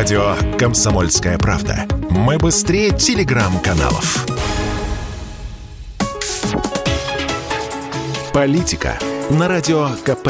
Радио «Комсомольская правда». Мы быстрее телеграм-каналов. Политика на Радио КП.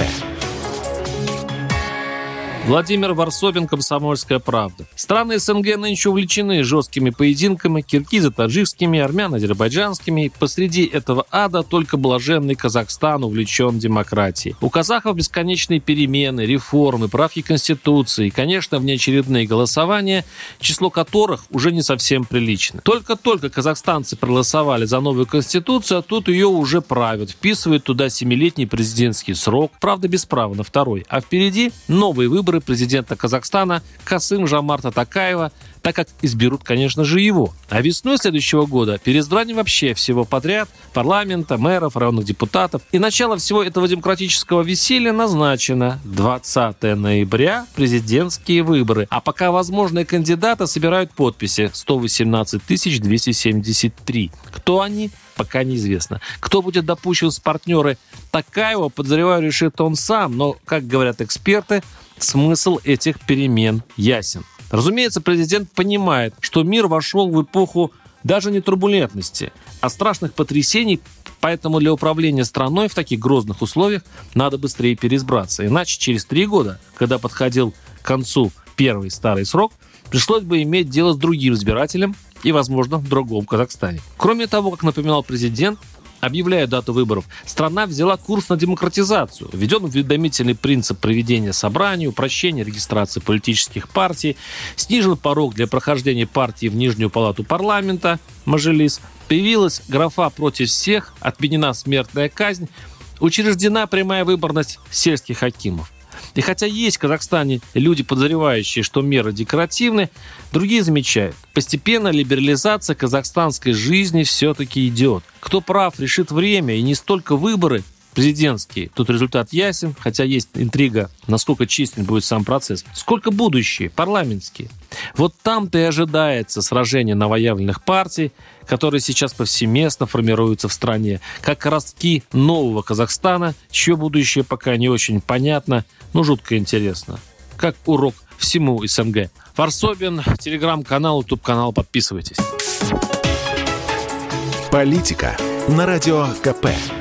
Владимир Варсобин, «Комсомольская правда». Страны СНГ нынче увлечены жесткими поединками, киргизо-таджикскими, армяно-азербайджанскими. Посреди этого ада только блаженный Казахстан увлечен демократией. У казахов бесконечные перемены, реформы, правки Конституции и, конечно, внеочередные голосования, число которых уже не совсем прилично. Только-только казахстанцы проголосовали за новую Конституцию, а тут ее уже правят, вписывают туда 7-летний президентский срок, правда без права на второй. А впереди новые выборы президента Казахстана Касым-Жомарта Токаева, так как изберут, конечно же, его. А весной следующего года переизбрание вообще всего подряд, парламента, мэров, районных депутатов. И начало всего этого демократического веселья назначено 20 ноября, президентские выборы. А пока возможные кандидаты собирают подписи 118 273. Кто они? Пока неизвестно. Кто будет допущен с партнеры Токаева, подозреваю, решит он сам. Но, как говорят эксперты, смысл этих перемен ясен. Разумеется, президент понимает, что мир вошел в эпоху даже не турбулентности, а страшных потрясений, поэтому для управления страной в таких грозных условиях надо быстрее переизбраться. Иначе через 3 года, когда подходил к концу первый старый срок, пришлось бы иметь дело с другим избирателем и, возможно, в другом Казахстане. Кроме того, как напоминал президент, объявляя дату выборов, страна взяла курс на демократизацию. Введен уведомительный принцип проведения собраний, упрощение регистрации политических партий, снижен порог для прохождения партии в Нижнюю палату парламента, Мажилис, появилась графа «против всех», отменена смертная казнь, учреждена прямая выборность сельских хакимов. И хотя есть в Казахстане люди, подозревающие, что меры декоративны, другие замечают, постепенно либерализация казахстанской жизни все-таки идет. Кто прав, решит время, и не столько выборы президентские, тут результат ясен, хотя есть интрига, насколько честен будет сам процесс, сколько будущие, парламентские. Вот там-то и ожидается сражение новоявленных партий, которые сейчас повсеместно формируются в стране, как ростки нового Казахстана, чье будущее пока не очень понятно, но жутко интересно. Как урок всему СНГ. Варсобин, телеграм-канал, ютуб-канал, подписывайтесь. Политика на Радио КП.